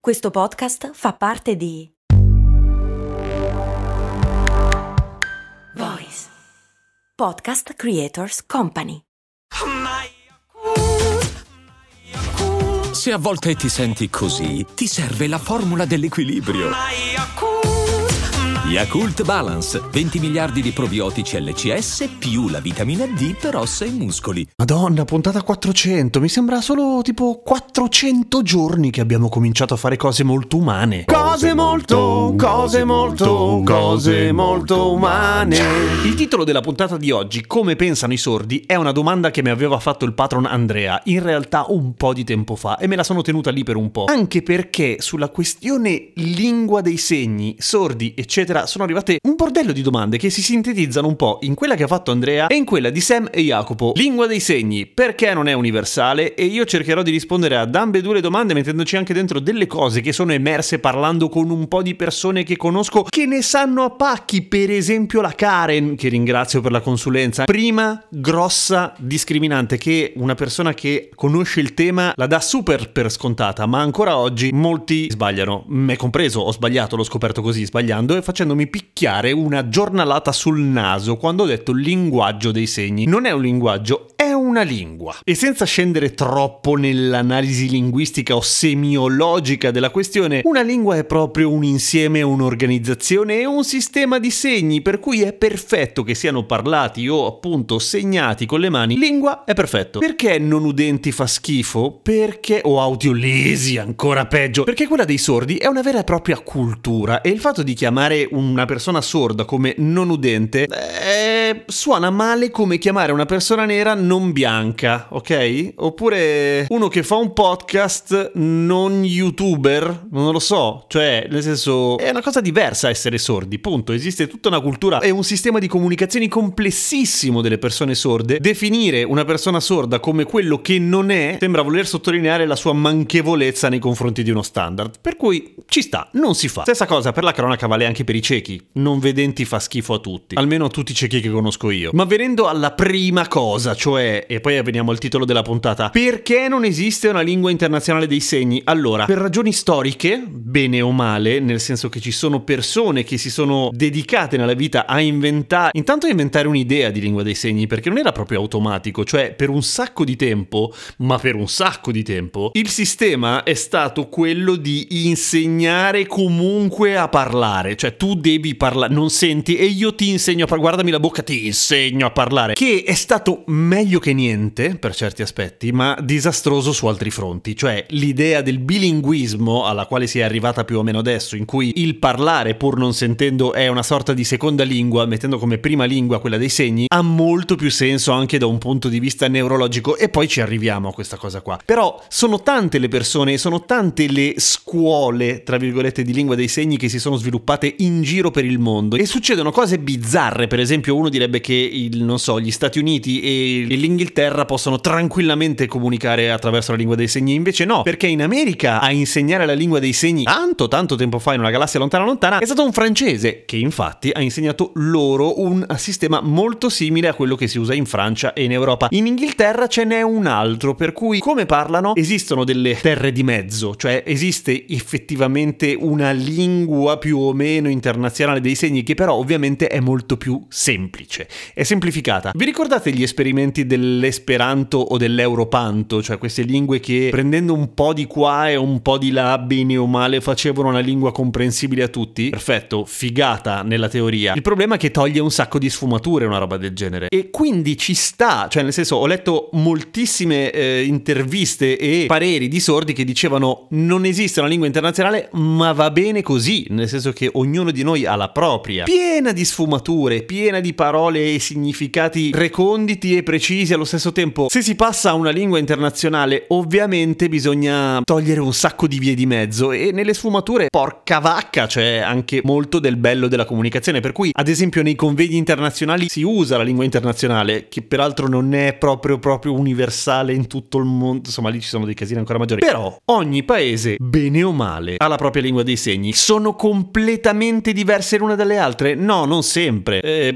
Questo podcast fa parte di Voice Podcast Creators Company. Se a volte ti senti così, ti serve la formula dell'equilibrio. Yakult Balance, 20 miliardi di probiotici LCS più la vitamina D per ossa e muscoli. Madonna, puntata 400, mi sembra solo tipo 400 giorni che abbiamo cominciato a fare cose molto umane. Cose molto umane. Il titolo della puntata di oggi, come pensano i sordi, è una domanda che mi aveva fatto il patron Andrea, in realtà un po' di tempo fa, e me la sono tenuta lì per un po'. Anche perché sulla questione lingua dei segni, sordi, eccetera, sono arrivate un bordello di domande che si sintetizzano un po' in quella che ha fatto Andrea e in quella di Sam e Jacopo. Lingua dei segni, perché non è universale? E io cercherò di rispondere ad ambedue le domande mettendoci anche dentro delle cose che sono emerse parlando con un po' di persone che conosco che ne sanno a pacchi, per esempio la Karen, che ringrazio per la consulenza. Prima grossa discriminante che una persona che conosce il tema la dà super per scontata, ma ancora oggi molti sbagliano, me compreso, ho sbagliato, l'ho scoperto così sbagliando e facendomi picchiare una giornalata sul naso quando ho detto linguaggio dei segni. Non è un linguaggio, è una lingua. E senza scendere troppo nell'analisi linguistica o semiologica della questione, una lingua è proprio un insieme, un'organizzazione e un sistema di segni, per cui è perfetto che siano parlati o appunto segnati con le mani. Lingua è perfetto. Perché non udenti fa schifo? Perché o audiolesi ancora peggio? Perché quella dei sordi è una vera e propria cultura e il fatto di chiamare una persona sorda come non udente suona male come chiamare una persona nera non bianca, ok? Oppure uno che fa un podcast non youtuber, non lo so, cioè nel senso è una cosa diversa essere sordi, punto. Esiste tutta una cultura e un sistema di comunicazioni complessissimo delle persone sorde. Definire una persona sorda come quello che non è sembra voler sottolineare la sua manchevolezza nei confronti di uno standard, per cui ci sta, non si fa. Stessa cosa per la cronaca vale anche per i ciechi, non vedenti fa schifo a tutti, almeno a tutti i ciechi che conosco io. Ma venendo alla prima cosa, cioè, e poi veniamo al titolo della puntata, perché non esiste una lingua internazionale dei segni? Allora, per ragioni storiche, bene o male, nel senso che ci sono persone che si sono dedicate nella vita a inventare un'idea di lingua dei segni, perché non era proprio automatico, cioè per un sacco di tempo, il sistema è stato quello di insegnare comunque a parlare, cioè tu devi parlare, non senti e io ti insegno a parlare, guardami la bocca, ti insegno a parlare, che è stato meglio che niente per certi aspetti, ma disastroso su altri fronti. Cioè l'idea del bilinguismo alla quale si è arrivata più o meno adesso, in cui il parlare pur non sentendo è una sorta di seconda lingua, mettendo come prima lingua quella dei segni, ha molto più senso anche da un punto di vista neurologico, e poi ci arriviamo a questa cosa qua. Però sono tante le persone, sono tante le scuole tra virgolette di lingua dei segni che si sono sviluppate in giro per il mondo e succedono cose bizzarre. Per esempio uno direbbe che gli Stati Uniti e l'Inghilterra possono tranquillamente comunicare attraverso la lingua dei segni, invece no, perché in America a insegnare la lingua dei segni tanto tempo fa in una galassia lontana è stato un francese che infatti ha insegnato loro un sistema molto simile a quello che si usa in Francia e in Europa. In Inghilterra ce n'è un altro, per cui come parlano esistono delle terre di mezzo, cioè esiste effettivamente una lingua più o meno internazionale dei segni che però ovviamente è molto più semplice, è semplificata. Vi ricordate gli esperimenti dell'Esperanto o dell'Europanto, cioè queste lingue che prendendo un po' di qua e un po' di là, bene o male, facevano una lingua comprensibile a tutti? Perfetto, figata nella teoria. Il problema è che toglie un sacco di sfumature una roba del genere, e quindi ci sta, cioè nel senso ho letto moltissime interviste e pareri di sordi che dicevano non esiste una lingua internazionale, ma va bene così, nel senso che ognuno di noi ha la propria, piena di sfumature, piena di parole e significati reconditi e precisi allo stesso tempo. Se si passa a una lingua internazionale ovviamente bisogna togliere un sacco di vie di mezzo, e nelle sfumature, porca vacca, c'è anche molto del bello della comunicazione, per cui ad esempio nei convegni internazionali si usa la lingua internazionale, che peraltro non è proprio universale in tutto il mondo, insomma lì ci sono dei casini ancora maggiori, però ogni paese bene o male ha la propria lingua dei segni. Sono completamente diverse l'una dalle altre? No, non sempre. Ho visto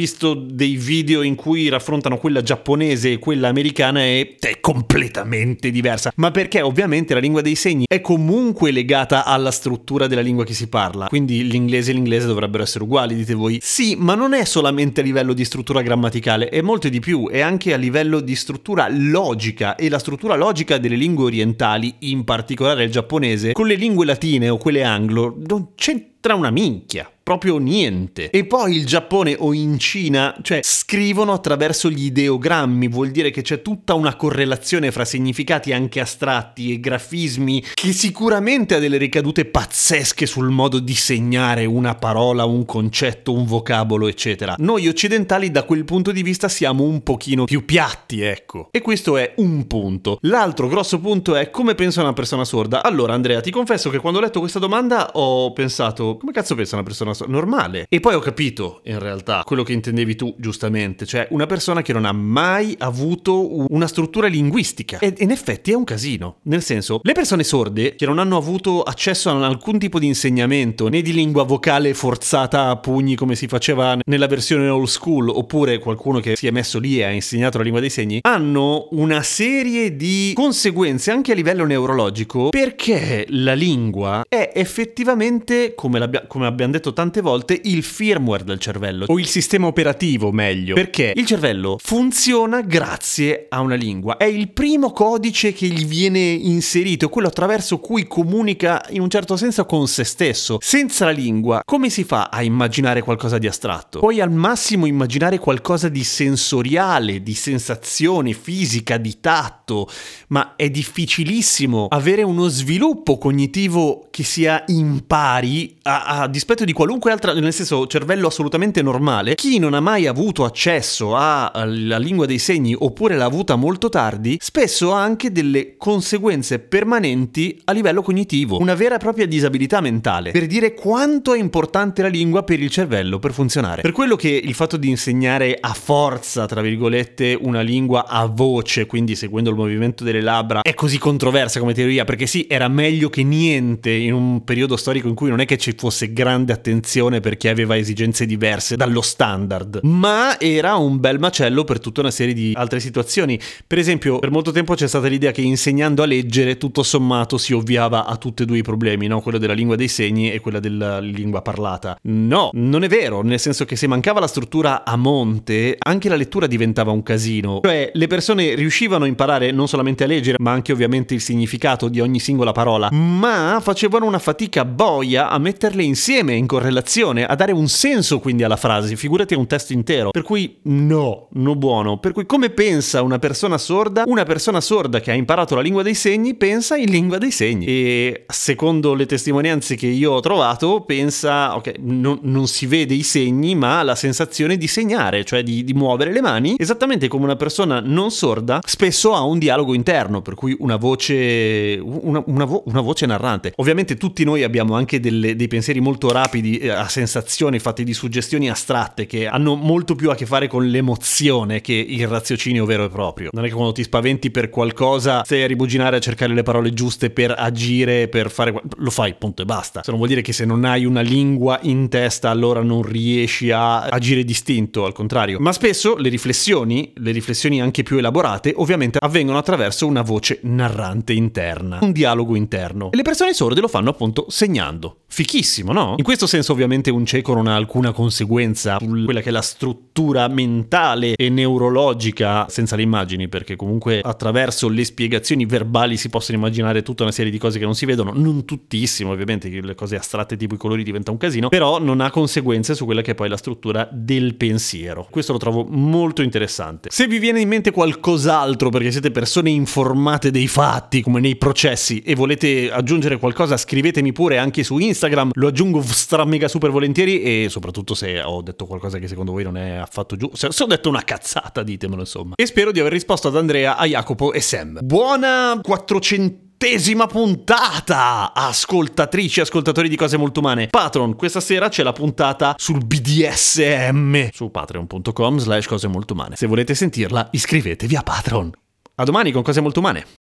visto dei video in cui raffrontano quella giapponese e quella americana e è completamente diversa. Ma perché ovviamente la lingua dei segni è comunque legata alla struttura della lingua che si parla. Quindi l'inglese e l'inglese dovrebbero essere uguali, dite voi. Sì, ma non è solamente a livello di struttura grammaticale, è molto di più, è anche a livello di struttura logica, e la struttura logica delle lingue orientali, in particolare il giapponese, con le lingue latine o quelle anglo, non c'entra una minchia. Proprio niente. E poi il Giappone o in Cina, cioè, scrivono attraverso gli ideogrammi, vuol dire che c'è tutta una correlazione fra significati anche astratti e grafismi che sicuramente ha delle ricadute pazzesche sul modo di segnare una parola, un concetto, un vocabolo, eccetera. Noi occidentali da quel punto di vista siamo un pochino più piatti, ecco. E questo è un punto. L'altro grosso punto è come pensa una persona sorda. Allora, Andrea, ti confesso che quando ho letto questa domanda ho pensato, come cazzo pensa una persona normale? E poi ho capito in realtà quello che intendevi tu giustamente, cioè una persona che non ha mai avuto una struttura linguistica, e in effetti è un casino, nel senso, le persone sorde che non hanno avuto accesso a alcun tipo di insegnamento, né di lingua vocale forzata a pugni come si faceva nella versione old school, oppure qualcuno che si è messo lì e ha insegnato la lingua dei segni, hanno una serie di conseguenze anche a livello neurologico, perché la lingua è effettivamente, come abbiamo detto tante volte, il firmware del cervello, o il sistema operativo meglio, perché il cervello funziona grazie a una lingua, è il primo codice che gli viene inserito, quello attraverso cui comunica in un certo senso con se stesso. Senza la lingua come si fa a immaginare qualcosa di astratto? Puoi al massimo immaginare qualcosa di sensoriale, di sensazione fisica, di tatto, ma è difficilissimo avere uno sviluppo cognitivo che sia in pari a dispetto di qualunque altra, nel senso, cervello assolutamente normale. Chi non ha mai avuto accesso alla lingua dei segni, oppure l'ha avuta molto tardi, spesso ha anche delle conseguenze permanenti a livello cognitivo, una vera e propria disabilità mentale, per dire quanto è importante la lingua per il cervello per funzionare. Per quello che il fatto di insegnare a forza, tra virgolette, una lingua a voce, quindi seguendo il movimento delle labbra, è così controversa come teoria, perché sì, era meglio che niente in un periodo storico in cui non è che ci fosse grande attenzione per chi aveva esigenze diverse dallo standard, ma era un bel macello per tutta una serie di altre situazioni. Per esempio, per molto tempo c'è stata l'idea che insegnando a leggere tutto sommato si ovviava a tutti e due i problemi, no? Quello della lingua dei segni e quella della lingua parlata. No, non è vero, nel senso che se mancava la struttura a monte, anche la lettura diventava un casino. Cioè, le persone riuscivano a imparare non solamente a leggere, ma anche ovviamente il significato di ogni singola parola, ma facevano una fatica boia a metterle insieme, in correlazione, a dare un senso quindi alla frase, figurati a un testo intero. Per cui no buono. Per cui come pensa una persona sorda? Una persona sorda che ha imparato la lingua dei segni pensa in lingua dei segni, e secondo le testimonianze che io ho trovato pensa, ok, non si vede i segni, ma la sensazione di segnare, cioè di muovere le mani, esattamente come una persona non sorda spesso ha un dialogo interno, per cui una voce narrante. Ovviamente tutti noi abbiamo anche dei pensieri molto rapidi a sensazioni fatti di suggestioni astratte che hanno molto più a che fare con l'emozione che il raziocinio vero e proprio. Non è che quando ti spaventi per qualcosa stai a rimuginare a cercare le parole giuste per agire, per fare lo fai, punto e basta. Se non vuol dire che se non hai una lingua in testa allora non riesci a agire distinto, al contrario. Ma spesso le riflessioni anche più elaborate ovviamente avvengono attraverso una voce narrante interna, un dialogo interno, e le persone sorde lo fanno appunto segnando. Fichissimo, no? In questo senso ovviamente un cieco non ha alcuna conseguenza su quella che è la struttura mentale e neurologica senza le immagini, perché comunque attraverso le spiegazioni verbali si possono immaginare tutta una serie di cose che non si vedono, non tuttissimo ovviamente, che le cose astratte tipo i colori diventa un casino, però non ha conseguenze su quella che è poi la struttura del pensiero. Questo lo trovo molto interessante. Se vi viene in mente qualcos'altro, perché siete persone informate dei fatti come nei processi e volete aggiungere qualcosa, scrivetemi pure anche su Instagram, lo aggiungo stra mega super volentieri, e soprattutto se ho detto qualcosa che secondo voi non è affatto giusto, se ho detto una cazzata ditemelo insomma. E spero di aver risposto ad Andrea, a Jacopo e Sam. Buona 400esima puntata, ascoltatrici, ascoltatori di Cose Molto Umane. Patreon, questa sera c'è la puntata sul BDSM su patreon.com/Cose Molto Umane. Se volete sentirla iscrivetevi a Patreon. A domani con Cose Molto Umane.